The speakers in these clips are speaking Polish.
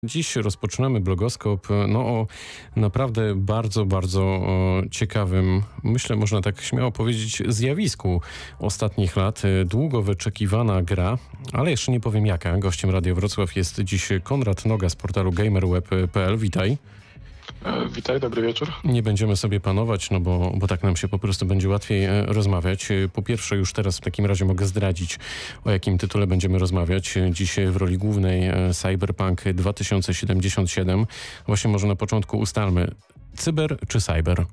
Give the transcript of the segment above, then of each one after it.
Dziś rozpoczynamy blogoskop o naprawdę bardzo ciekawym, myślę, można tak śmiało powiedzieć, zjawisku ostatnich lat. Długo wyczekiwana gra, ale jeszcze nie powiem jaka. Gościem Radia Wrocław jest dziś Konrad Noga z portalu gamerweb.pl. Witaj. Witaj, dobry wieczór. Nie będziemy sobie panować, bo tak nam się po prostu będzie łatwiej rozmawiać. Po pierwsze, już teraz w takim razie mogę zdradzić, o jakim tytule będziemy rozmawiać. Dziś w roli głównej Cyberpunk 2077. Właśnie może na początku ustalmy, cyber czy cyber?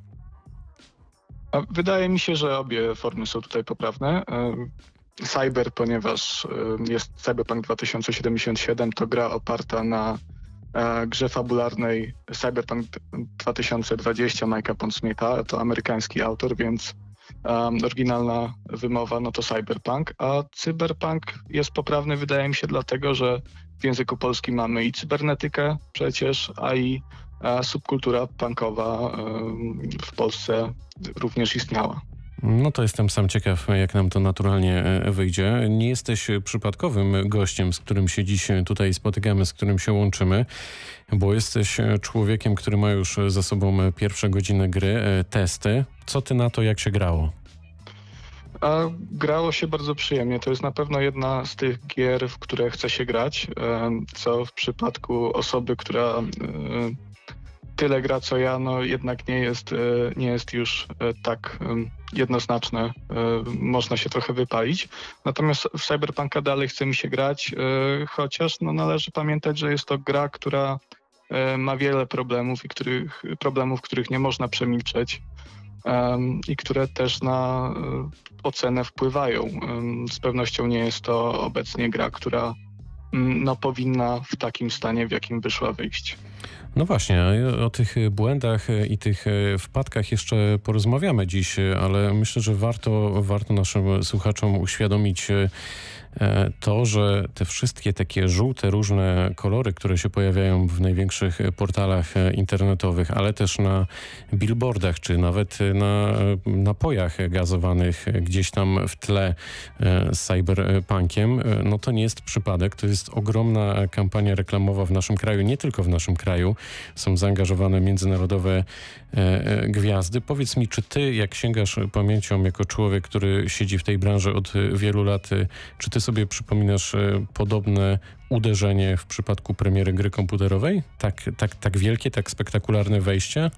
Wydaje mi się, że obie formy są tutaj poprawne. Cyber, ponieważ jest Cyberpunk 2077, to gra oparta na grze fabularnej Cyberpunk 2020 Mike'a Pondsmitha, to amerykański autor, więc oryginalna wymowa to Cyberpunk, a Cyberpunk jest poprawny, wydaje mi się, dlatego, że w języku polskim mamy i cybernetykę przecież, a i subkultura punkowa w Polsce również istniała. No to jestem sam ciekaw, jak nam to naturalnie wyjdzie. Nie jesteś przypadkowym gościem, z którym się dziś tutaj spotykamy, z którym się łączymy, bo jesteś człowiekiem, który ma już za sobą pierwsze godziny gry, testy. Co ty na to, jak się grało? Grało się bardzo przyjemnie. To jest na pewno jedna z tych gier, w które chce się grać, co w przypadku osoby, która tyle gra co ja, jednak nie jest już tak jednoznaczne. Można się trochę wypalić. Natomiast w Cyberpunka dalej chce mi się grać, chociaż należy pamiętać, że jest to gra, która ma wiele problemów, których nie można przemilczeć i które też na ocenę wpływają. Z pewnością nie jest to obecnie gra, która powinna w takim stanie, w jakim wyszła, wyjść. No właśnie, o tych błędach i tych wpadkach jeszcze porozmawiamy dziś, ale myślę, że warto naszym słuchaczom uświadomić to, że te wszystkie takie żółte, różne kolory, które się pojawiają w największych portalach internetowych, ale też na billboardach, czy nawet na napojach gazowanych gdzieś tam w tle z cyberpunkiem, to nie jest przypadek. To jest ogromna kampania reklamowa w naszym kraju, nie tylko w naszym kraju. Są zaangażowane międzynarodowe gwiazdy. Powiedz mi, czy ty, jak sięgasz pamięcią jako człowiek, który siedzi w tej branży od wielu lat, czy ty sobie przypominasz podobne uderzenie w przypadku premiery gry komputerowej? Tak wielkie, tak spektakularne wejście?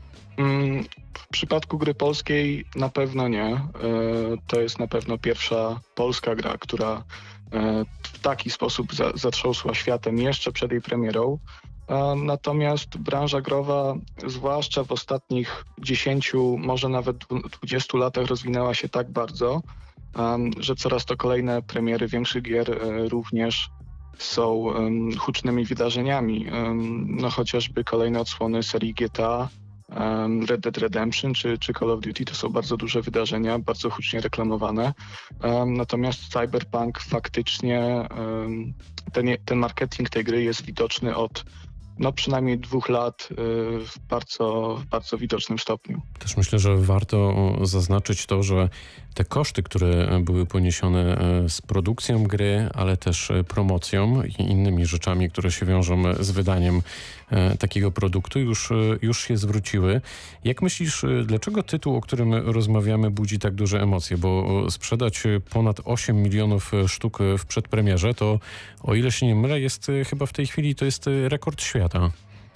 W przypadku gry polskiej na pewno nie. To jest na pewno pierwsza polska gra, która w taki sposób zatrząsła światem jeszcze przed jej premierą. Natomiast branża growa, zwłaszcza w ostatnich 10, może nawet 20 latach rozwinęła się tak bardzo, że coraz to kolejne premiery większych gier również są hucznymi wydarzeniami. Chociażby kolejne odsłony serii GTA, Red Dead Redemption czy Call of Duty to są bardzo duże wydarzenia, bardzo hucznie reklamowane. Natomiast Cyberpunk faktycznie, ten marketing tej gry jest widoczny od przynajmniej 2 lat w bardzo widocznym stopniu. Też myślę, że warto zaznaczyć to, że te koszty, które były poniesione z produkcją gry, ale też promocją i innymi rzeczami, które się wiążą z wydaniem takiego produktu, już się zwróciły. Jak myślisz, dlaczego tytuł, o którym rozmawiamy, budzi tak duże emocje? Bo sprzedać ponad 8 milionów sztuk w przedpremierze, to o ile się nie mylę, jest chyba w tej chwili to jest rekord świata.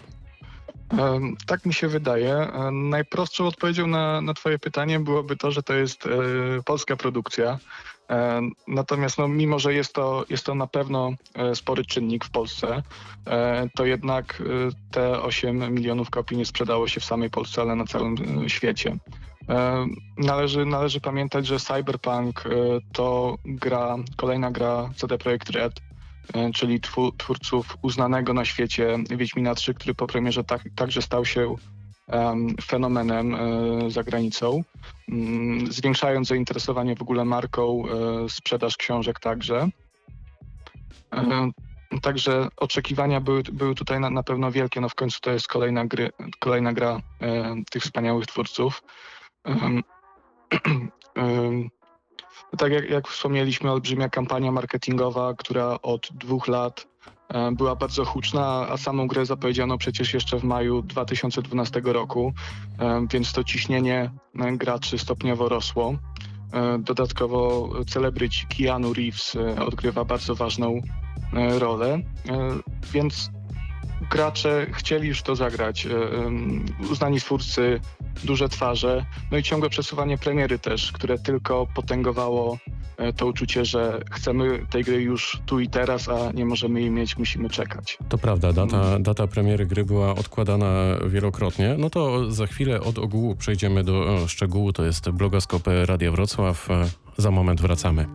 Tak mi się wydaje. Najprostszą odpowiedzią na twoje pytanie byłoby to, że to jest polska produkcja. Natomiast mimo, że jest to na pewno spory czynnik w Polsce, to jednak te 8 milionów kopii nie sprzedało się w samej Polsce, ale na całym świecie. Należy pamiętać, że Cyberpunk to kolejna gra CD Projekt Red, czyli twórców uznanego na świecie Wiedźmina 3, który po premierze także stał się fenomenem za granicą, zwiększając zainteresowanie w ogóle marką, sprzedaż książek także. Także oczekiwania były tutaj na pewno wielkie. W końcu to jest kolejna gra tych wspaniałych twórców. Tak jak wspomnieliśmy, olbrzymia kampania marketingowa, która od 2 lat była bardzo huczna, a samą grę zapowiedziano przecież jeszcze w maju 2012 roku, więc to ciśnienie graczy stopniowo rosło. Dodatkowo celebryci Keanu Reeves odgrywa bardzo ważną rolę, więc gracze chcieli już to zagrać, uznani twórcy, duże twarze, no i ciągłe przesuwanie premiery też, które tylko potęgowało to uczucie, że chcemy tej gry już tu i teraz, a nie możemy jej mieć, musimy czekać. To prawda, data premiery gry była odkładana wielokrotnie. No to za chwilę od ogółu przejdziemy do szczegółu. To jest blogoskop Radia Wrocław. Za moment wracamy.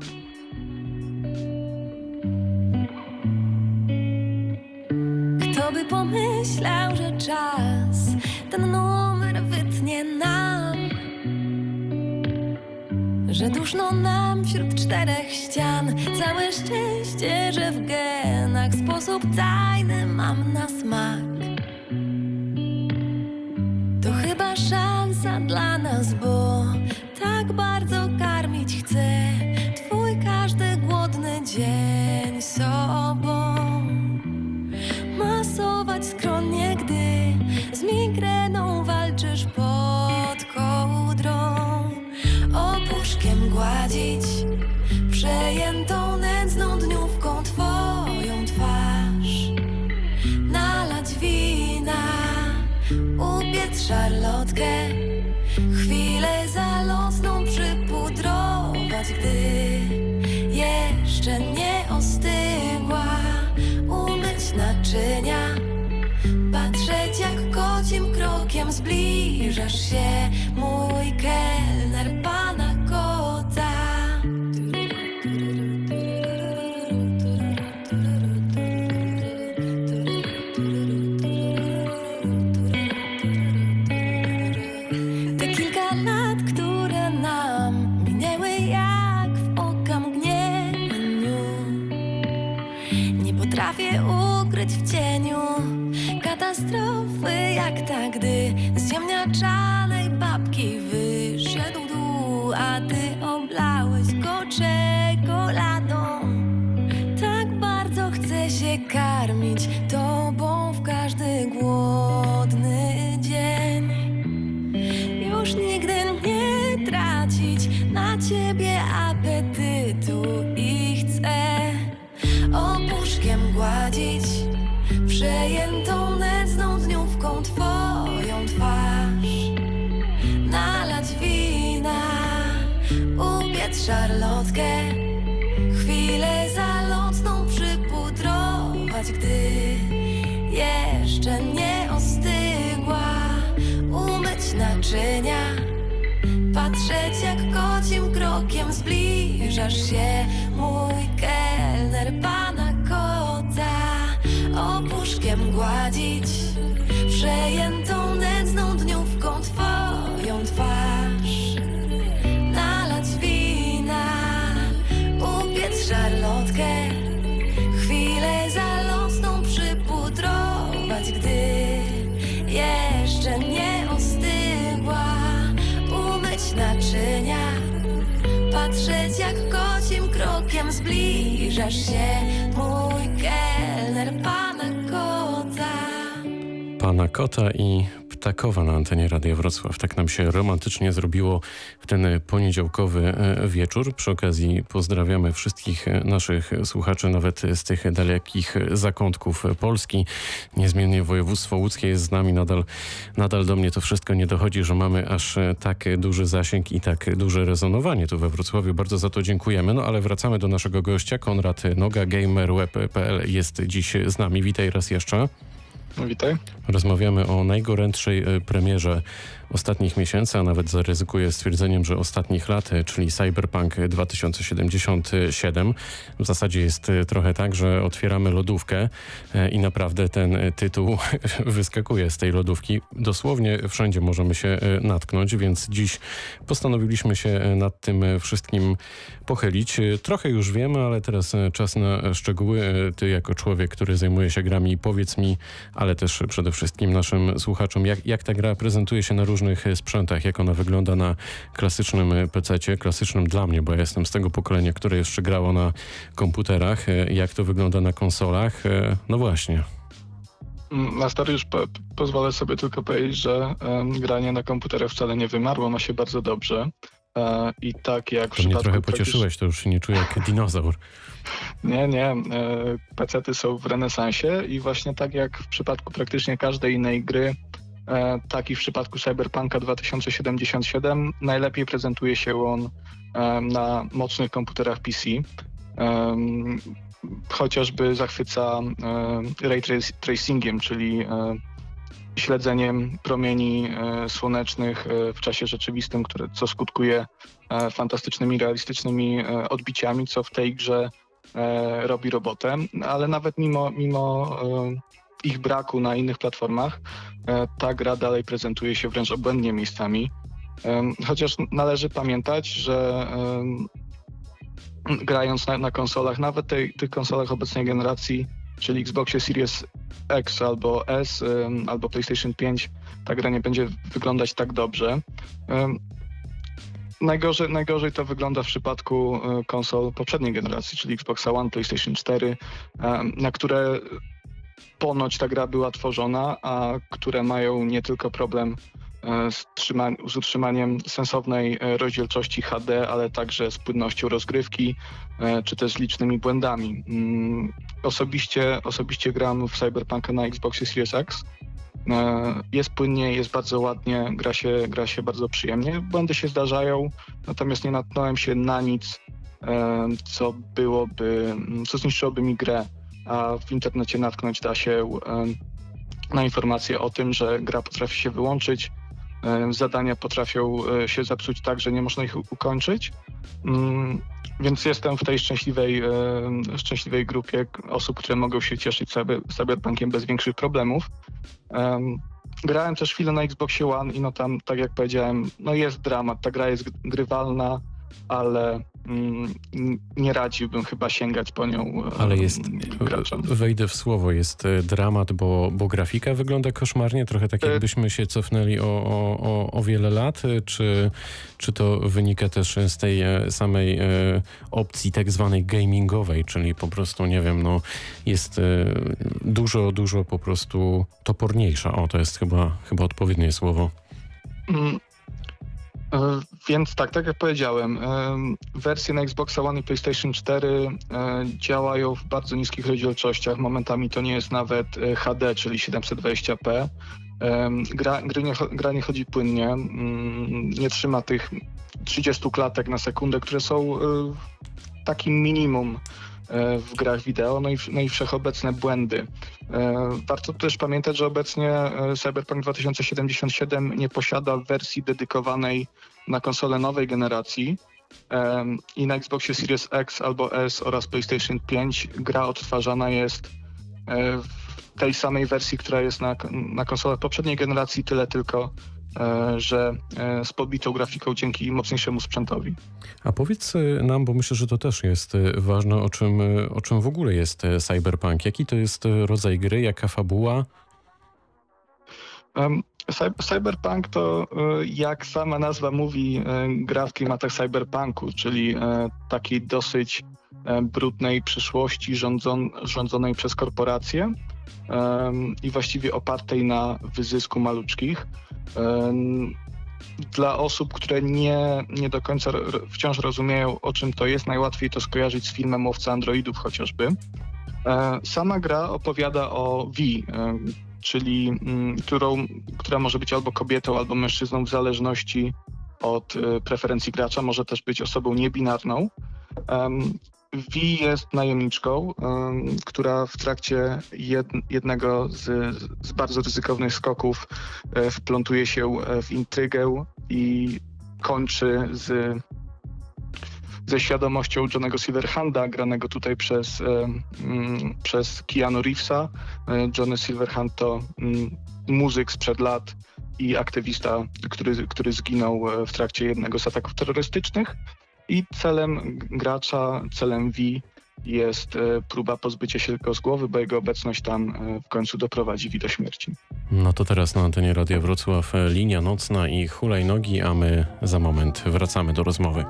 Kto by pomyślał, że czas ten numer wytnie nam, że duszno nam wśród czterech ścian. Całe szczęście, że w genach sposób tajny mam na smak. To chyba szansa dla nas, bo tak bardzo karmić chcę twój każdy głodny dzień sobą. Masować skromnie, gdy z migreną walczysz pod kołdrą. Opuszkiem gładzić przejętą nędzną dniówką twoją twarz. Nalać wina, upiec szarlotkę, chwilę zalotną przypudrować, gdy jeszcze nie ostygła. Umyć naczynia, patrzeć jak kocim krokiem zbliżasz się, mój kelner pana kota. Te kilka lat, które nam minęły jak w oka mgnieniu, nie potrafię ukryć w cieniu katastrofy jak ta, gdy z ziemniaczanej babki wyszedł dół, a ty oblałeś go czekoladą. Tak bardzo chcę się karmić tobą w każdy głodny dzień. Już nigdy nie tracić na ciebie apetytu i chcę opuszkiem gładzić przejętą nędzną dniówką twoją twarz. Nalać wina, upiec szarlotkę, chwilę zalotną przypudrować, gdy jeszcze nie ostygła. Umyć naczynia, patrzeć jak kocim krokiem zbliżasz się, mój kelner pana kota. Opuszkiem gładzić przejętą nędzną dniówką twoją twarz. Nalać wina, upiec szarlotkę, chwilę zalotną przypudrować, gdy jeszcze nie ostygła. Umyć naczynia, patrzeć jak kocim krokiem zbliżasz się, mój kelner pana kota. Pana Kota i Ptakowa na antenie Radia Wrocław. Tak nam się romantycznie zrobiło w ten poniedziałkowy wieczór. Przy okazji pozdrawiamy wszystkich naszych słuchaczy, nawet z tych dalekich zakątków Polski. Niezmiennie województwo łódzkie jest z nami. Nadal do mnie to wszystko nie dochodzi, że mamy aż tak duży zasięg i tak duże rezonowanie tu we Wrocławiu. Bardzo za to dziękujemy. No ale wracamy do naszego gościa. Konrad Noga, gamerweb.pl jest dziś z nami. Witaj raz jeszcze. No, witaj. Rozmawiamy o najgorętszej premierze ostatnich miesięcy, a nawet zaryzykuję stwierdzeniem, że ostatnich lat, czyli Cyberpunk 2077. W zasadzie jest trochę tak, że otwieramy lodówkę i naprawdę ten tytuł wyskakuje z tej lodówki. Dosłownie wszędzie możemy się natknąć, więc dziś postanowiliśmy się nad tym wszystkim pochylić. Trochę już wiemy, ale teraz czas na szczegóły. Ty jako człowiek, który zajmuje się grami, powiedz mi, ale ale też przede wszystkim naszym słuchaczom, jak ta gra prezentuje się na różnych sprzętach, jak ona wygląda na klasycznym PC-cie, klasycznym dla mnie, bo ja jestem z tego pokolenia, które jeszcze grało na komputerach, jak to wygląda na konsolach. No właśnie. Na stary już pozwolę sobie tylko powiedzieć, że granie na komputerach wcale nie wymarło, ma się bardzo dobrze. I tak jak w To mnie przypadku trochę pocieszyłeś, to już się nie czuję jak dinozaur. Nie. PC-ty są w renesansie i właśnie tak jak w przypadku praktycznie każdej innej gry, tak i w przypadku Cyberpunka 2077 najlepiej prezentuje się on na mocnych komputerach PC. Chociażby zachwyca ray tracingiem, czyli śledzeniem promieni słonecznych w czasie rzeczywistym, co skutkuje fantastycznymi, realistycznymi odbiciami, co w tej grze robi robotę, ale nawet mimo ich braku na innych platformach, ta gra dalej prezentuje się wręcz obłędnie miejscami. Chociaż należy pamiętać, że grając na konsolach, nawet tych konsolach obecnej generacji, czyli Xboxie Series X albo S, albo PlayStation 5, ta gra nie będzie wyglądać tak dobrze. Najgorzej to wygląda w przypadku konsol poprzedniej generacji, czyli Xboxa One, PlayStation 4, na które ponoć ta gra była tworzona, a które mają nie tylko problem z utrzymaniem sensownej rozdzielczości HD, ale także z płynnością rozgrywki, czy też z licznymi błędami. Osobiście gram w Cyberpunka na Xboxie Series X. Jest płynnie, jest bardzo ładnie, gra się bardzo przyjemnie. Błędy się zdarzają, natomiast nie natknąłem się na nic, co zniszczyłoby mi grę, a w internecie natknąć da się na informacje o tym, że gra potrafi się wyłączyć, zadania potrafią się zepsuć tak, że nie można ich ukończyć. Więc jestem w tej szczęśliwej grupie osób, które mogą się cieszyć Cyberpunkiem bez większych problemów. Grałem też chwilę na Xboxie One i tam, tak jak powiedziałem, jest dramat. Ta gra jest grywalna, ale nie radziłbym chyba sięgać po nią. Ale jest, graczom. Wejdę w słowo, jest dramat, bo grafika wygląda koszmarnie, trochę tak jakbyśmy się cofnęli o wiele lat, czy to wynika też z tej samej opcji tak zwanej gamingowej, czyli po prostu, nie wiem, jest dużo po prostu toporniejsza. To jest chyba odpowiednie słowo. Więc tak jak powiedziałem, wersje na Xbox One i PlayStation 4 działają w bardzo niskich rozdzielczościach. Momentami to nie jest nawet HD, czyli 720p. Gra nie chodzi płynnie, nie trzyma tych 30 klatek na sekundę, które są takim minimum w grach wideo, i wszechobecne błędy. Warto też pamiętać, że obecnie Cyberpunk 2077 nie posiada wersji dedykowanej na konsole nowej generacji i na Xboxie Series X albo S oraz PlayStation 5 gra odtwarzana jest w tej samej wersji, która jest na konsolach poprzedniej generacji, tyle tylko, że z podbitą grafiką dzięki mocniejszemu sprzętowi. A powiedz nam, bo myślę, że to też jest ważne, o czym w ogóle jest Cyberpunk. Jaki to jest rodzaj gry, jaka fabuła? Cyberpunk to, jak sama nazwa mówi, gra w klimatach cyberpunku, czyli takiej dosyć brudnej przyszłości rządzonej przez korporacje i właściwie opartej na wyzysku maluczkich. Dla osób, które nie do końca wciąż rozumieją, o czym to jest, najłatwiej to skojarzyć z filmem Łowca Androidów chociażby. Sama gra opowiada o V, czyli która może być albo kobietą, albo mężczyzną w zależności od preferencji gracza, może też być osobą niebinarną. V jest najemniczką, która w trakcie jednego z bardzo ryzykownych skoków wplątuje się w intrygę i kończy ze świadomością Johnnego Silverhanda, granego tutaj przez Keanu Reevesa. Johnny Silverhand to muzyk sprzed lat i aktywista, który zginął w trakcie jednego z ataków terrorystycznych. I celem gracza, celem V jest próba pozbycia się tylko z głowy, bo jego obecność tam w końcu doprowadzi do śmierci. No to teraz na antenie Radia Wrocław linia nocna i hulajnogi, a my za moment wracamy do rozmowy.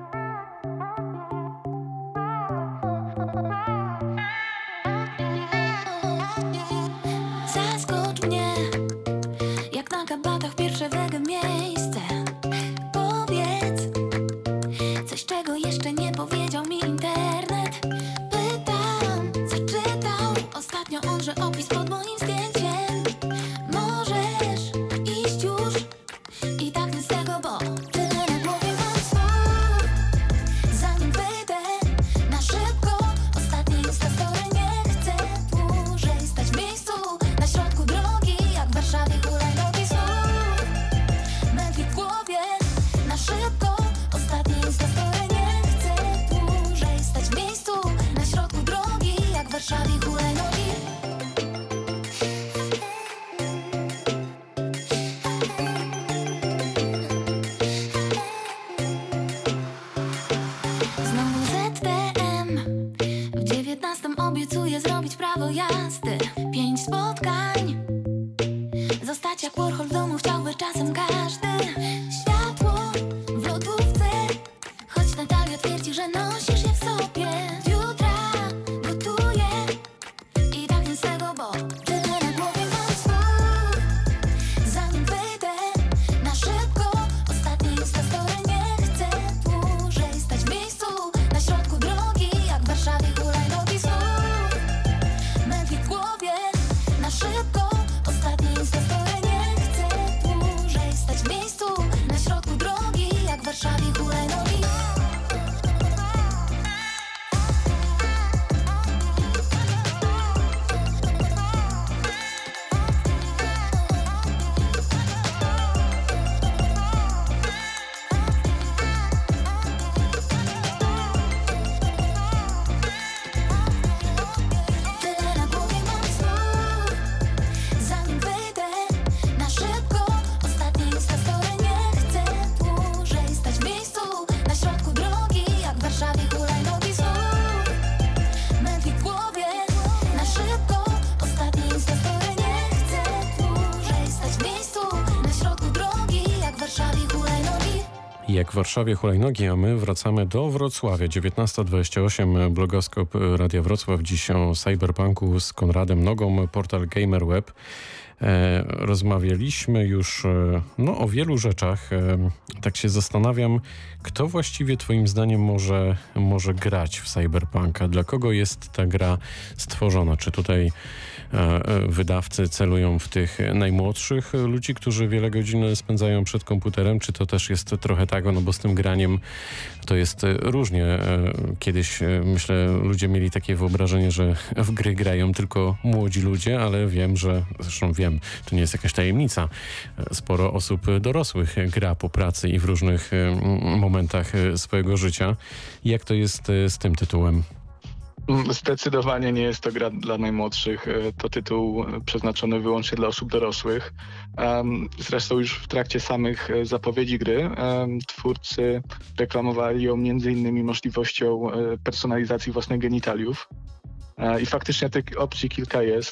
Zaskocz mnie, jak na kabatach pierwsze wege miejsce. Powiedz coś, czego jeszcze nie powiedział mi internet. Pytam, co czytał ostatnio on, że opis pod moim zdjęciem. Możesz iść już i tak nic z tego, bo tyle na głowie mam słów. Zanim wyjdę na szybko, ostatnie instastory, nie chcę dłużej stać w miejscu na środku drogi, jak w Warszawie hulajnogi znów. Mętlik w głowie na szybko, ostatnie instastory, nie chcę dłużej stać w miejscu na środku drogi, jak w Warszawie hulajnogi. Znowu ZTM. W 19 obiecuję zrobić prawo jazdy. 5 spotkań. Zostać jak Warhol w domu chciałby czasem każdy. Światło w lodówce, choć Natalia twierdzi, że nosisz je w sobie. Od jutra gotuję i tak nic z tego, bo tyle na głowie mam słów. Zanim wyjdę na szybko, ostatnie instastory, nie chcę dłużej stać w miejscu na środku drogi, jak w Warszawie hulajnogi znów. Mętlik w głowie na szybko, ostatnie instastory, nie chcę dłużej stać w miejscu na środku drogi, jak w Warszawie hulajnogi. Tyle na głowie mam słów. Zanim wyjdę na szybko, ostatnie instastory, nie chcę dłużej stać w miejscu na środku drogi, jak w Warszawie hulajnogi znów. Mętlik w głowie na szybko, ostatnie instastory, nie chcę dłużej stać w miejscu na środku drogi, jak w Warszawie hulajnogi. Jak w Warszawie hulajnogi, a my wracamy do Wrocławia. 19:28, blogoskop Radia Wrocław. Dziś o cyberpunku z Konradem Nogą, portal GamerWeb. Rozmawialiśmy już o wielu rzeczach. Tak się zastanawiam, kto właściwie twoim zdaniem może grać w cyberpunka? Dla kogo jest ta gra stworzona? Czy tutaj wydawcy celują w tych najmłodszych ludzi, którzy wiele godzin spędzają przed komputerem? Czy to też jest trochę tak, no bo z tym graniem to jest różnie. Kiedyś, myślę, ludzie mieli takie wyobrażenie, że w gry grają tylko młodzi ludzie, ale zresztą wiem, to nie jest jakaś tajemnica. Sporo osób dorosłych gra po pracy i w różnych momentach swojego życia. Jak to jest z tym tytułem? Zdecydowanie nie jest to gra dla najmłodszych. To tytuł przeznaczony wyłącznie dla osób dorosłych. Zresztą już w trakcie samych zapowiedzi gry twórcy reklamowali ją m.in. możliwością personalizacji własnych genitaliów. I faktycznie tych opcji kilka jest.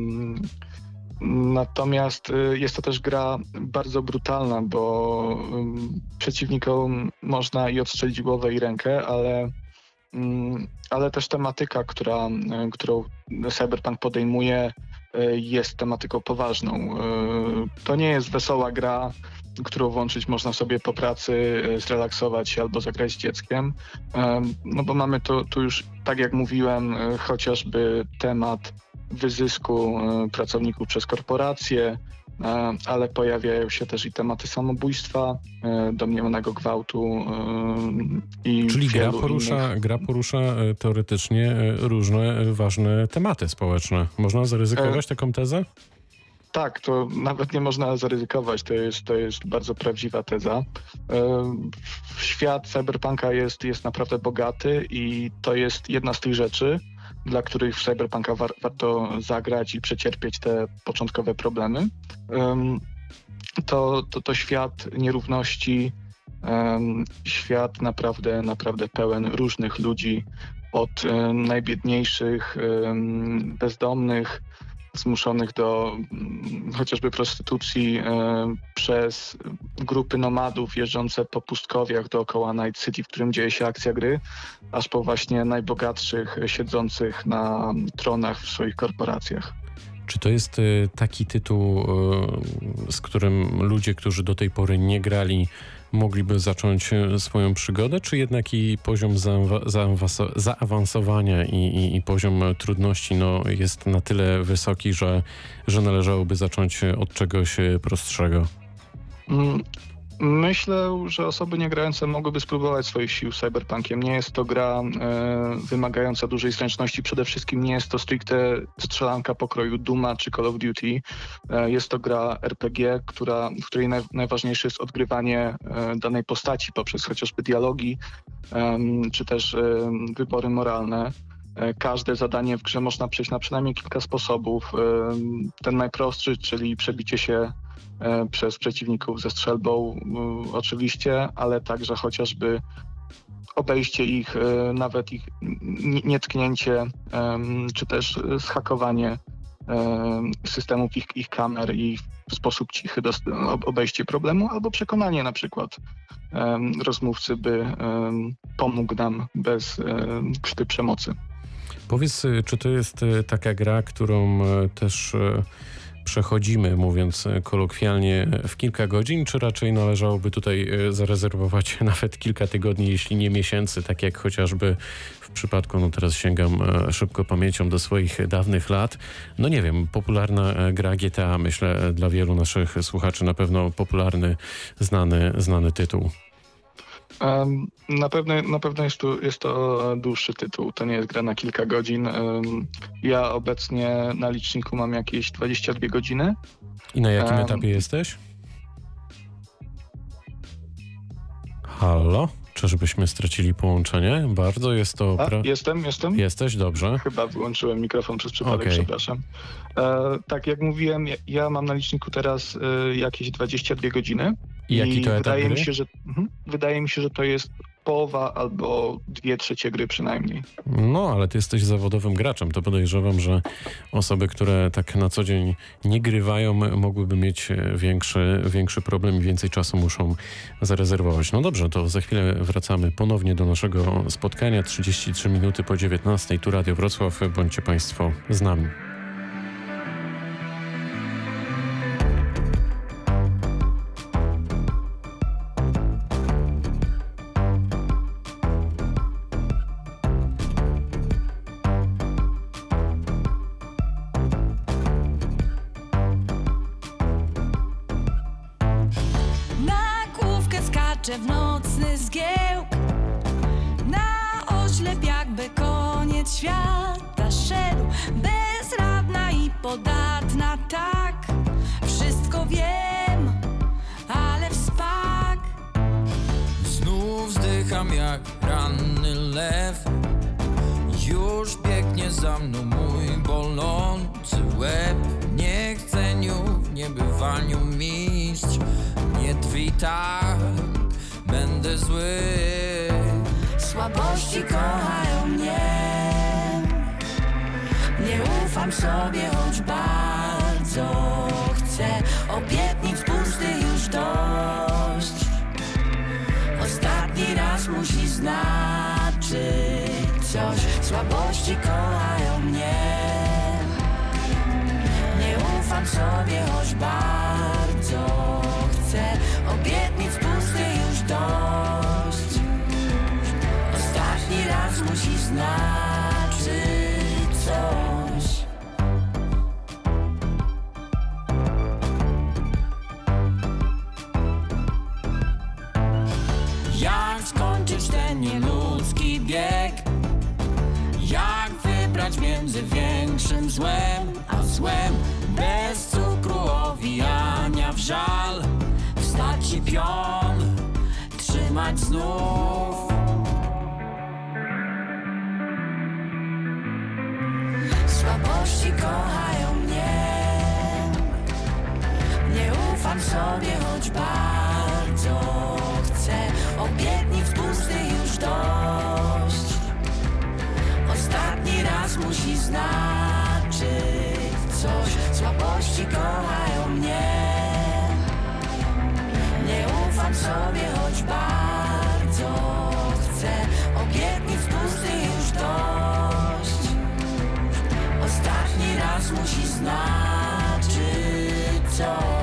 Natomiast jest to też gra bardzo brutalna, bo przeciwnikom można i odstrzelić głowę i rękę, ale też tematyka, którą Cyberpunk podejmuje, jest tematyką poważną. To nie jest wesoła gra, którą włączyć można sobie po pracy, zrelaksować się albo zagrać z dzieckiem. No bo mamy tu już, tak jak mówiłem, chociażby temat wyzysku pracowników przez korporacje, ale pojawiają się też i tematy samobójstwa, domniemanego gwałtu i czyli gra innych. porusza teoretycznie różne ważne tematy społeczne. Można zaryzykować taką tezę? Tak, to nawet nie można zaryzykować, to jest bardzo prawdziwa teza. Świat cyberpunka jest naprawdę bogaty i to jest jedna z tych rzeczy, dla których w cyberpunka warto zagrać i przecierpieć te początkowe problemy. To świat nierówności, świat naprawdę pełen różnych ludzi, od najbiedniejszych, bezdomnych, zmuszonych do chociażby prostytucji, przez grupy nomadów jeżdżące po pustkowiach dookoła Night City, w którym dzieje się akcja gry, aż po właśnie najbogatszych siedzących na tronach w swoich korporacjach. Czy to jest taki tytuł, z którym ludzie, którzy do tej pory nie grali, mogliby zacząć swoją przygodę, czy jednak i poziom zaawansowania i poziom trudności jest na tyle wysoki, że należałoby zacząć od czegoś prostszego? Myślę, że osoby niegrające mogłyby spróbować swoich sił z Cyberpunkiem. Nie jest to gra wymagająca dużej zręczności. Przede wszystkim nie jest to stricte strzelanka pokroju Dooma czy Call of Duty. Jest to gra RPG, w której najważniejsze jest odgrywanie danej postaci poprzez chociażby dialogi czy też wybory moralne. Każde zadanie w grze można przejść na przynajmniej kilka sposobów. Ten najprostszy, czyli przebicie się przez przeciwników ze strzelbą oczywiście, ale także chociażby obejście ich, nawet ich nietknięcie, czy też zhakowanie systemów ich kamer i w sposób cichy obejście problemu, albo przekonanie na przykład rozmówcy, by pomógł nam bez krzty przemocy. Powiedz, czy to jest taka gra, którą też przechodzimy, mówiąc kolokwialnie, w kilka godzin, czy raczej należałoby tutaj zarezerwować nawet kilka tygodni, jeśli nie miesięcy, tak jak chociażby w przypadku, teraz sięgam szybko pamięcią do swoich dawnych lat. Nie wiem, popularna gra GTA, myślę, dla wielu naszych słuchaczy na pewno popularny, znany tytuł. Na pewno jest to dłuższy tytuł, to nie jest gra na kilka godzin. Ja obecnie na liczniku mam jakieś 22 godziny. I na jakim etapie jesteś? Halo? Czyżbyśmy stracili połączenie? Bardzo jest to... Jestem. Jesteś? Dobrze. Chyba wyłączyłem mikrofon przez przypadek, Okay. Przepraszam. Tak jak mówiłem, ja mam na liczniku teraz jakieś 22 godziny. I jaki to etap gry? Wydaje mi się, że to jest połowa albo 2/3 gry przynajmniej. Ale ty jesteś zawodowym graczem. To podejrzewam, że osoby, które tak na co dzień nie grywają, mogłyby mieć większy problem i więcej czasu muszą zarezerwować. Dobrze, to za chwilę wracamy ponownie do naszego spotkania. 33 minuty po 19:00. Tu Radio Wrocław. Bądźcie Państwo z nami. W nocny zgiełk, na oślep jakby koniec świata szedł, bezradna i podatna, tak, wszystko wiem, ale w spak. Znów wzdycham jak ranny lew, już biegnie za mną mój bolący łeb. Niechceniu, w niebywaniu mistrz, nie drwij tak, będę zły. Słabości kochają mnie, nie ufam sobie, choć bardzo chcę. Obietnic pustych już dość, ostatni raz musi znaczyć coś. Słabości kochają mnie, nie ufam sobie, choć bardzo chcę. Obietnic pustych już dość, ostatni raz musi znaczyć coś. Jak skończyć ten nieludzki bieg? Jak wybrać między większym złem a złem? Bez cukru owijania w żal, wstać i pion trzymać znów. Słabości kochają mnie, nie ufam sobie, choć bardzo chcę. Obietnic pustych już dość, raz musi znaczyć coś. Słabości kochają mnie. Nie ufam sobie, choć bardzo chcę. Obietnic pustych już dość. Ostatni raz musi znaczyć coś.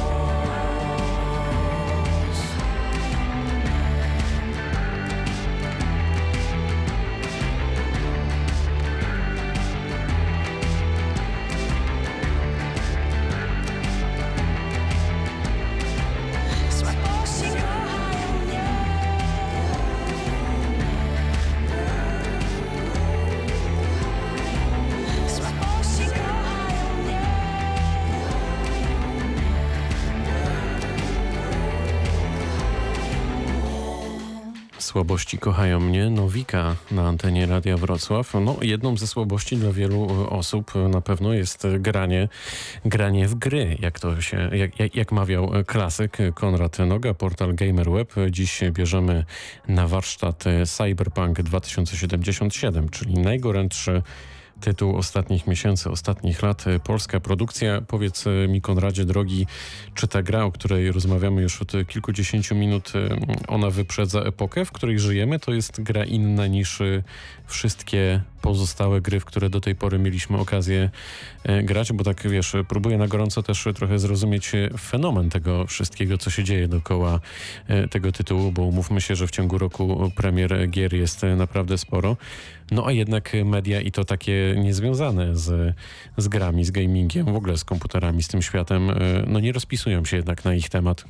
Słabości kochają mnie. Nowika na antenie Radia Wrocław. No, jedną ze słabości dla wielu osób na pewno jest granie w gry, jak mawiał klasyk Konrad Noga, portal GamerWeb. Dziś bierzemy na warsztat Cyberpunk 2077, czyli najgorętszy tytuł ostatnich miesięcy, ostatnich lat. Polska produkcja. Powiedz mi, Konradzie, drogi, czy ta gra, o której rozmawiamy już od kilkudziesięciu minut, ona wyprzedza epokę, w której żyjemy? To jest gra inna niż wszystkie pozostałe gry, w które do tej pory mieliśmy okazję grać, bo tak, wiesz, próbuję na gorąco też trochę zrozumieć fenomen tego wszystkiego, co się dzieje dookoła tego tytułu, bo umówmy się, że w ciągu roku premier gier jest naprawdę sporo. No a jednak media, i to takie niezwiązane z grami, z gamingiem, w ogóle z komputerami, z tym światem, no nie rozpisują się jednak na ich temat.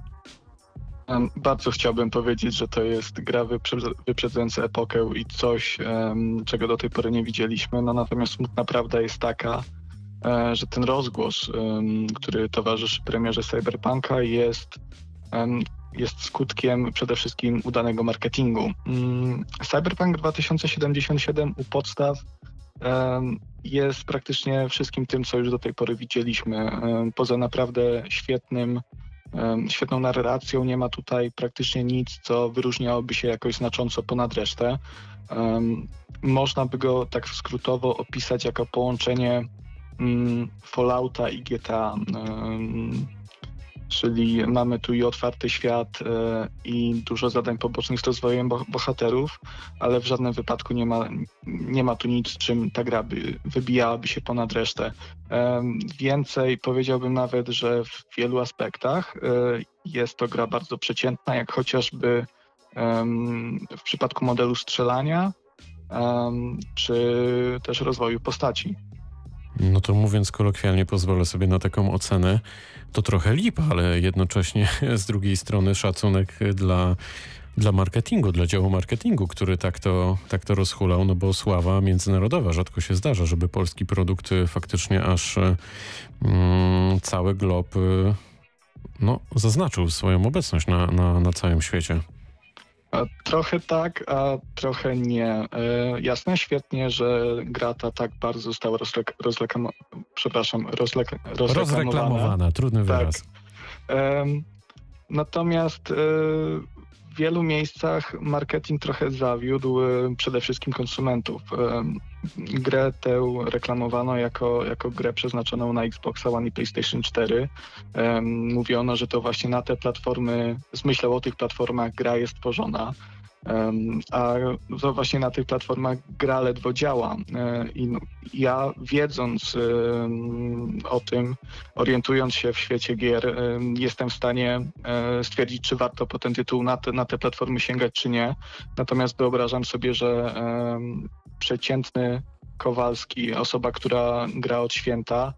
Bardzo chciałbym powiedzieć, że to jest gra wyprzedzająca epokę i coś, czego do tej pory nie widzieliśmy. No natomiast smutna prawda jest taka, że ten rozgłos, który towarzyszy premierze Cyberpunka, jest skutkiem przede wszystkim udanego marketingu. Cyberpunk 2077 u podstaw jest praktycznie wszystkim tym, co już do tej pory widzieliśmy. Poza naprawdę świetną narracją nie ma tutaj praktycznie nic, co wyróżniałoby się jakoś znacząco ponad resztę. Można by go tak skrótowo opisać jako połączenie Fallouta i GTA. Czyli mamy tu i otwarty świat i dużo zadań pobocznych z rozwojem bohaterów, ale w żadnym wypadku nie ma tu nic, czym ta gra wybijałaby się ponad resztę. Więcej powiedziałbym nawet, że w wielu aspektach jest to gra bardzo przeciętna, jak chociażby w przypadku modelu strzelania, czy też rozwoju postaci. No to mówiąc kolokwialnie, pozwolę sobie na taką ocenę. To trochę lipa, ale jednocześnie z drugiej strony szacunek dla marketingu, dla działu marketingu, który tak to rozhulał, no bo sława międzynarodowa. Rzadko się zdarza, żeby polski produkt faktycznie aż cały glob zaznaczył swoją obecność na całym świecie. Trochę tak, a trochę nie. Jasne, świetnie, że gra ta tak bardzo została rozreklamowana. Trudny wyraz. Tak. Natomiast w wielu miejscach marketing trochę zawiódł przede wszystkim konsumentów. Grę tę reklamowano jako grę przeznaczoną na Xbox One i PlayStation 4. Mówiono, że to właśnie na te platformy, z myślą o tych platformach gra jest tworzona. A to właśnie na tych platformach gra ledwo działa. I ja, wiedząc o tym, orientując się w świecie gier, jestem w stanie stwierdzić, czy warto po ten tytuł na te platformy sięgać, czy nie. Natomiast wyobrażam sobie, że przeciętny Kowalski, osoba, która gra od święta,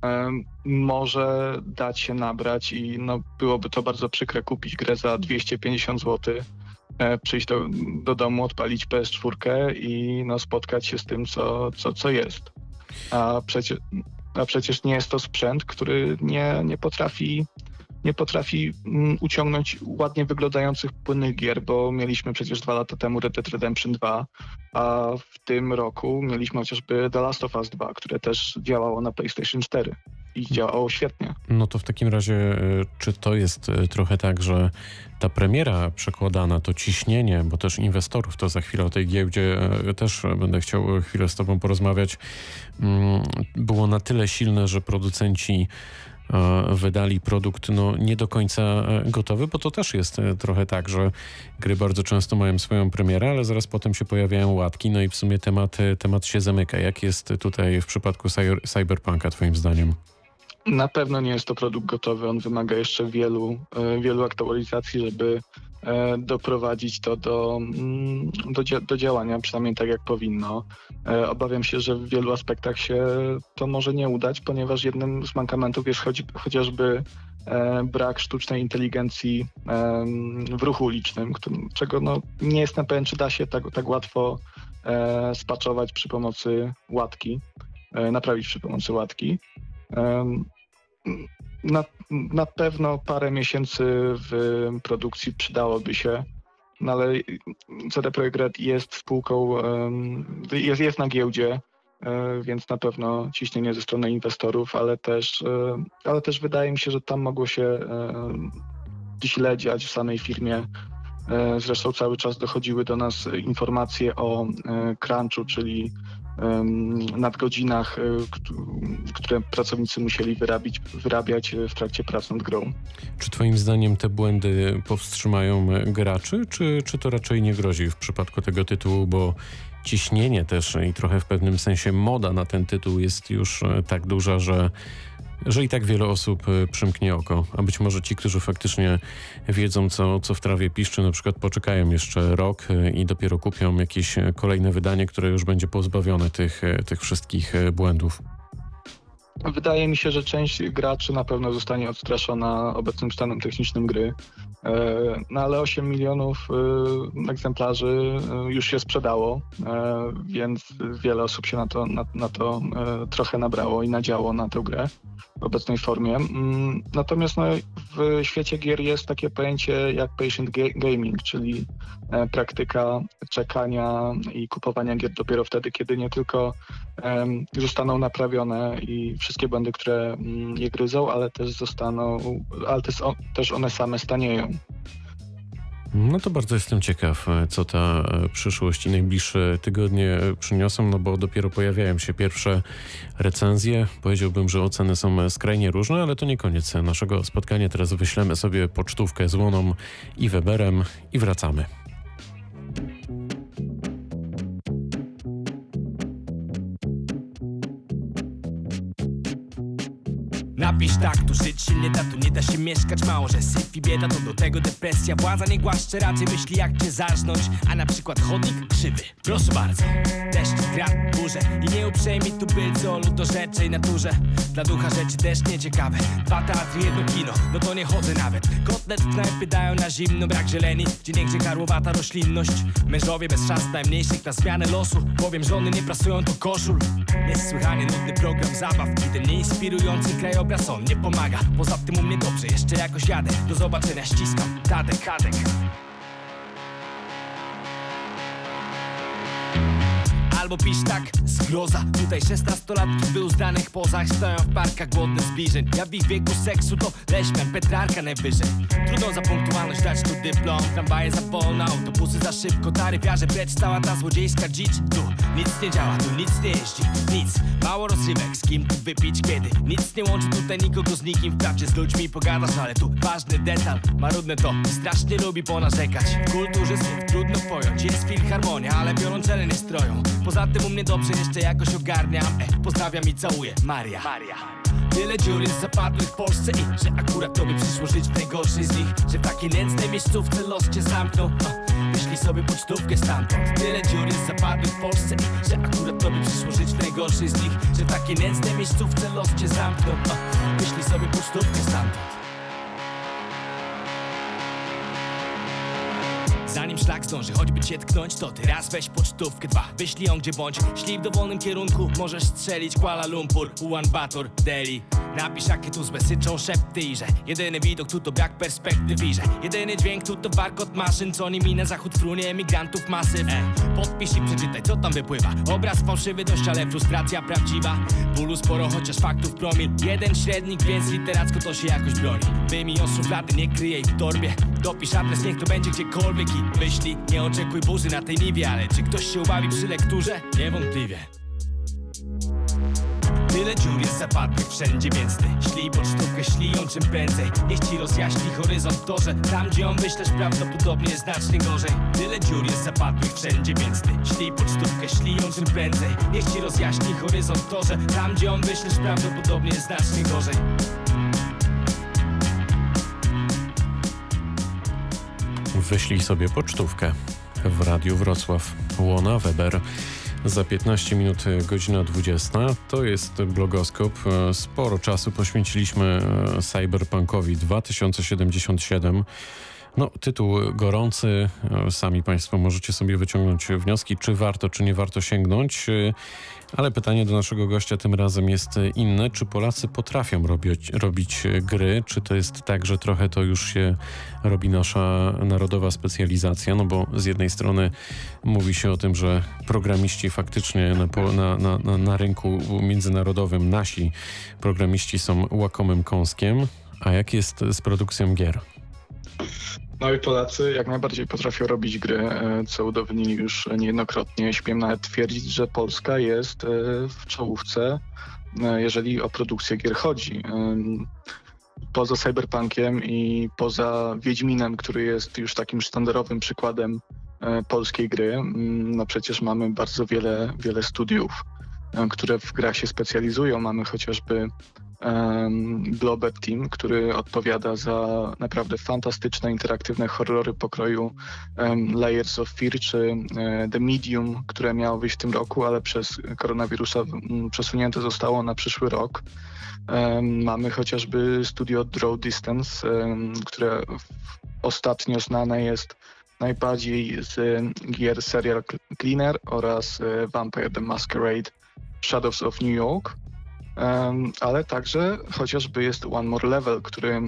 może dać się nabrać i byłoby to bardzo przykre kupić grę za 250 zł, przyjść do domu, odpalić PS4 i spotkać się z tym, co jest. A przecież nie jest to sprzęt, który nie potrafi uciągnąć ładnie wyglądających płynnych gier, bo mieliśmy przecież 2 lata temu Red Dead Redemption 2, a w tym roku mieliśmy chociażby The Last of Us 2, które też działało na PlayStation 4. i działało świetnie. No to w takim razie, czy to jest trochę tak, że ta premiera przekładana, to ciśnienie, bo też inwestorów, to za chwilę o tej giełdzie też będę chciał chwilę z tobą porozmawiać, było na tyle silne, że producenci wydali produkt nie do końca gotowy, bo to też jest trochę tak, że gry bardzo często mają swoją premierę, ale zaraz potem się pojawiają łatki, no i w sumie temat się zamyka. Jak jest tutaj w przypadku Cyberpunka twoim zdaniem? Na pewno nie jest to produkt gotowy, on wymaga jeszcze wielu aktualizacji, żeby doprowadzić to do działania, przynajmniej tak jak powinno. Obawiam się, że w wielu aspektach się to może nie udać, ponieważ jednym z mankamentów jest chociażby brak sztucznej inteligencji w ruchu ulicznym, czego nie jestem pewien, czy da się tak łatwo spaczować przy pomocy łatki, naprawić przy pomocy łatki. Na pewno parę miesięcy w produkcji przydałoby się, no ale CD Projekt Red jest spółką, jest na giełdzie, więc na pewno ciśnienie ze strony inwestorów, ale też wydaje mi się, że tam mogło się źle dziać w samej firmie. Zresztą cały czas dochodziły do nas informacje o crunchu, czyli nadgodzinach, które pracownicy musieli wyrabiać w trakcie prac nad grą. Czy twoim zdaniem te błędy powstrzymają graczy, czy to raczej nie grozi w przypadku tego tytułu, bo ciśnienie też i trochę w pewnym sensie moda na ten tytuł jest już tak duża, że i tak wiele osób przymknie oko, a być może ci, którzy faktycznie wiedzą, co w trawie piszczy, na przykład poczekają jeszcze rok i dopiero kupią jakieś kolejne wydanie, które już będzie pozbawione tych wszystkich błędów. Wydaje mi się, że część graczy na pewno zostanie odstraszona obecnym stanem technicznym gry, no ale 8 milionów egzemplarzy już się sprzedało, więc wiele osób się na to trochę nabrało i nadziało na tę grę w obecnej formie. Natomiast w świecie gier jest takie pojęcie jak patient gaming, czyli praktyka czekania i kupowania gier dopiero wtedy, kiedy nie tylko zostaną naprawione i wszystkie błędy, które je gryzą, ale też one same stanieją. No to bardzo jestem ciekaw, co ta przyszłość i najbliższe tygodnie przyniosą, no bo dopiero pojawiają się pierwsze recenzje. Powiedziałbym, że oceny są skrajnie różne, ale to nie koniec naszego spotkania. Teraz wyślemy sobie pocztówkę z Łoną i Weberem i wracamy. Napisz tak, tu żyć się nie da, tu nie da się mieszkać. Mało, że syf i bieda, to do tego depresja. Władza nie głaszcze, raczej myśli jak cię zarżnąć. A na przykład chodnik krzywy. Proszę bardzo. Deszcz, grad, burze. I nie uprzejmij tu bylcy o ludorzeczej naturze. Dla ducha rzeczy też nieciekawe. 2 teatry, 1 kino, no to nie chodzę nawet. Kotlet w knajpy dają na zimno, brak zieleni. Gdzieniegdzie karłowata roślinność. Mężowie bez szans najmniejszych na zmianę losu. Bowiem żony nie prasują tu koszul. Niesłychanie nudny program zabaw i ten nieinspirujący krajobraz on nie pomaga. Poza tym u mnie dobrze, jeszcze jakoś jadę. Do zobaczenia, ściskam, Tadek. Albo pisz tak, zgroza. Tutaj 16-latki w wyuzdanych pozach stoją w parkach głodne zbliżeń. Ja w ich wieku seksu to leśmian, Petrarka najwyżej. Trudno za punktualność dać tu dyplom. Tramwaje za wolno, autobusy za szybko. Taryfiarze precz, cała ta złodziejska dzicz. Tu nic nie działa, tu nic nie jeździ. Nic, mało rozrywek, z kim tu wypić kiedy. Nic nie łączy tutaj nikogo z nikim. Wprawdzie z ludźmi pogadasz, ale tu ważny detal. Marudne to, strasznie lubi ponarzekać. W kulturze słów trudno pojąć. Jest filharmonia, ale wiolonczele nie stroją. Poza tym u mnie dobrze jeszcze jakoś ogarniam. Pozdrawiam i całuję, Maria. Tyle dziur jest zapadłych w Polsce i że akurat tobie przyszło żyć w najgorszej z nich. Że w takiej nędznej miejscówce los cię zamknął. Wyślij sobie pocztówkę stamtąd. Tyle dziur jest zapadłych w Polsce i że akurat tobie przyszło żyć w najgorszej z nich. Że w takiej nędznej miejscówce los cię zamknął. Wyślij sobie pocztówkę stamtąd. Zanim szlak zdąży choćby cię tknąć, to ty raz weź pocztówkę, 2 wyślij ją gdzie bądź. Ślij w dowolnym kierunku, możesz strzelić Kuala Lumpur, Ulaanbaatar, Delhi. Napisz jakie tu złe syczą szepty i że jedyny widok tu to brak perspektyw i że jedyny dźwięk tu to warkot maszyn, co nimi na zachód frunie emigrantów masyw. Podpisz i przeczytaj co tam wypływa. Obraz fałszywy dość, ale frustracja prawdziwa. Bólu sporo, chociaż faktów promil. Jeden średnik, więc literacko to się jakoś broni. Wyjmij szuflady, nie kryj w torbie. Dopisz adres, niech to będzie gdziekolwiek i wyślij. Nie oczekuj burzy na tej niwie, ale czy ktoś się ubawi przy lekturze? Niewątpliwie. Tyle dziur jest zapadłych wszędzie, więc ty ślij pocztówkę, ślij ją czym prędzej. Niech ci rozjaśni horyzont to, że tam gdzie ją wyślesz prawdopodobnie jest znacznie gorzej. Tyle dziur jest zapadłych wszędzie, więc ty ślij pocztówkę, ślij ją czym prędzej. Niech ci rozjaśni horyzont to, że tam gdzie ją wyślesz prawdopodobnie jest znacznie gorzej. Wyślij sobie pocztówkę w Radiu Wrocław. Łona Weber. Za 15 minut godzina 20. To jest blogoskop. Sporo czasu poświęciliśmy Cyberpunkowi 2077. No, tytuł gorący. Sami Państwo możecie sobie wyciągnąć wnioski, czy warto, czy nie warto sięgnąć. Ale pytanie do naszego gościa tym razem jest inne. Czy Polacy potrafią robić gry? Czy to jest tak, że trochę to już się robi nasza narodowa specjalizacja? No bo z jednej strony mówi się o tym, że programiści faktycznie na rynku międzynarodowym, nasi programiści są łakomym kąskiem. A jak jest z produkcją gier? No i Polacy jak najbardziej potrafią robić gry, co udowodnili już niejednokrotnie. Śmiem nawet twierdzić, że Polska jest w czołówce, jeżeli o produkcję gier chodzi. Poza Cyberpunkiem i poza Wiedźminem, który jest już takim sztandarowym przykładem polskiej gry, no przecież mamy bardzo wiele studiów, które w grach się specjalizują. Mamy chociażby Blobber Team, który odpowiada za naprawdę fantastyczne, interaktywne horrory pokroju Layers of Fear czy The Medium, które miało wyjść w tym roku, ale przez koronawirusa przesunięte zostało na przyszły rok. Mamy chociażby studio Draw Distance, które ostatnio znane jest najbardziej z gier Serial Cleaner oraz Vampire the Masquerade Shadows of New York. Ale także chociażby jest One More Level, który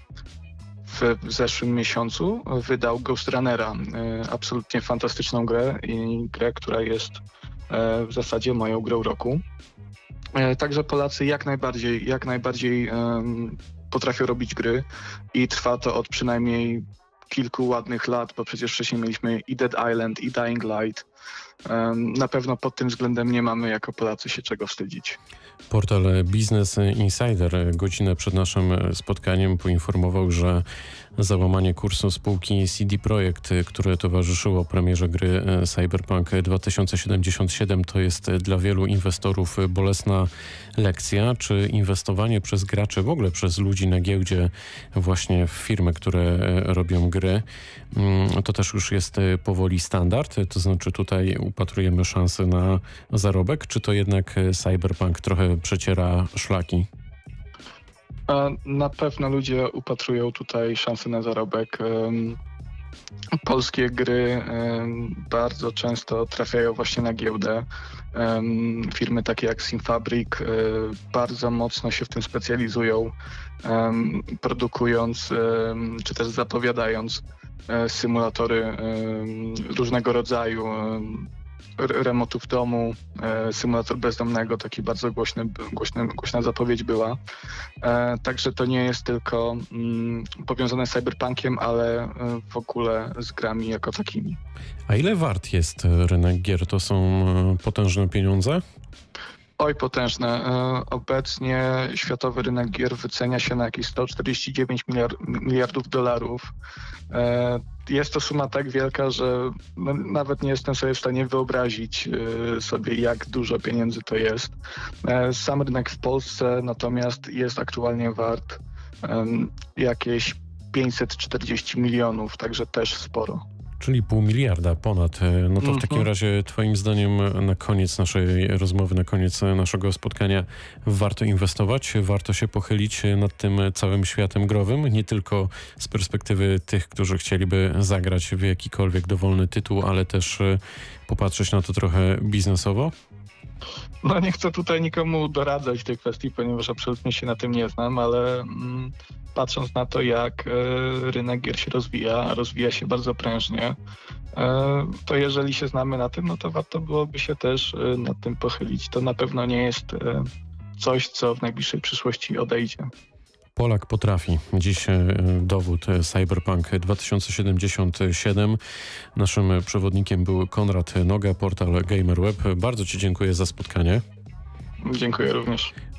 w zeszłym miesiącu wydał Ghost Runnera, absolutnie fantastyczną grę i grę, która jest w zasadzie moją grą roku. Także Polacy jak najbardziej potrafią robić gry i trwa to od przynajmniej kilku ładnych lat, bo przecież wcześniej mieliśmy i Dead Island, i Dying Light. Na pewno pod tym względem nie mamy jako Polacy się czego wstydzić. Portal Business Insider godzinę przed naszym spotkaniem poinformował, że załamanie kursu spółki CD Projekt, które towarzyszyło premierze gry Cyberpunk 2077, to jest dla wielu inwestorów bolesna lekcja. Czy inwestowanie przez graczy, w ogóle przez ludzi na giełdzie właśnie w firmy, które robią gry, to też już jest powoli standard? To znaczy tutaj upatrujemy szansy na zarobek, czy to jednak Cyberpunk trochę przeciera szlaki? Na pewno ludzie upatrują tutaj szansy na zarobek. Polskie gry bardzo często trafiają właśnie na giełdę. Firmy takie jak Simfabrik bardzo mocno się w tym specjalizują, produkując czy też zapowiadając symulatory różnego rodzaju, remotu w domu, symulator bezdomnego, taki bardzo głośna zapowiedź była. Także to nie jest tylko powiązane z Cyberpunkiem, ale w ogóle z grami jako takimi. A ile wart jest rynek gier? To są potężne pieniądze? Oj, potężne. Obecnie światowy rynek gier wycenia się na jakieś 149 miliardów dolarów. Jest to suma tak wielka, że nawet nie jestem sobie w stanie wyobrazić sobie, jak dużo pieniędzy to jest. Sam rynek w Polsce natomiast jest aktualnie wart jakieś 540 milionów, także też sporo. Czyli 0,5 miliarda ponad. No to w takim razie twoim zdaniem na koniec naszej rozmowy, na koniec naszego spotkania warto inwestować, warto się pochylić nad tym całym światem growym, nie tylko z perspektywy tych, którzy chcieliby zagrać w jakikolwiek dowolny tytuł, ale też popatrzeć na to trochę biznesowo? No nie chcę tutaj nikomu doradzać w tej kwestii, ponieważ absolutnie się na tym nie znam, ale patrząc na to, jak rynek gier się rozwija się bardzo prężnie, to jeżeli się znamy na tym, no to warto byłoby się też nad tym pochylić. To na pewno nie jest coś, co w najbliższej przyszłości odejdzie. Polak potrafi. Dziś dowód Cyberpunk 2077. Naszym przewodnikiem był Konrad Noga, portal GamerWeb. Bardzo ci dziękuję za spotkanie. Dziękuję również.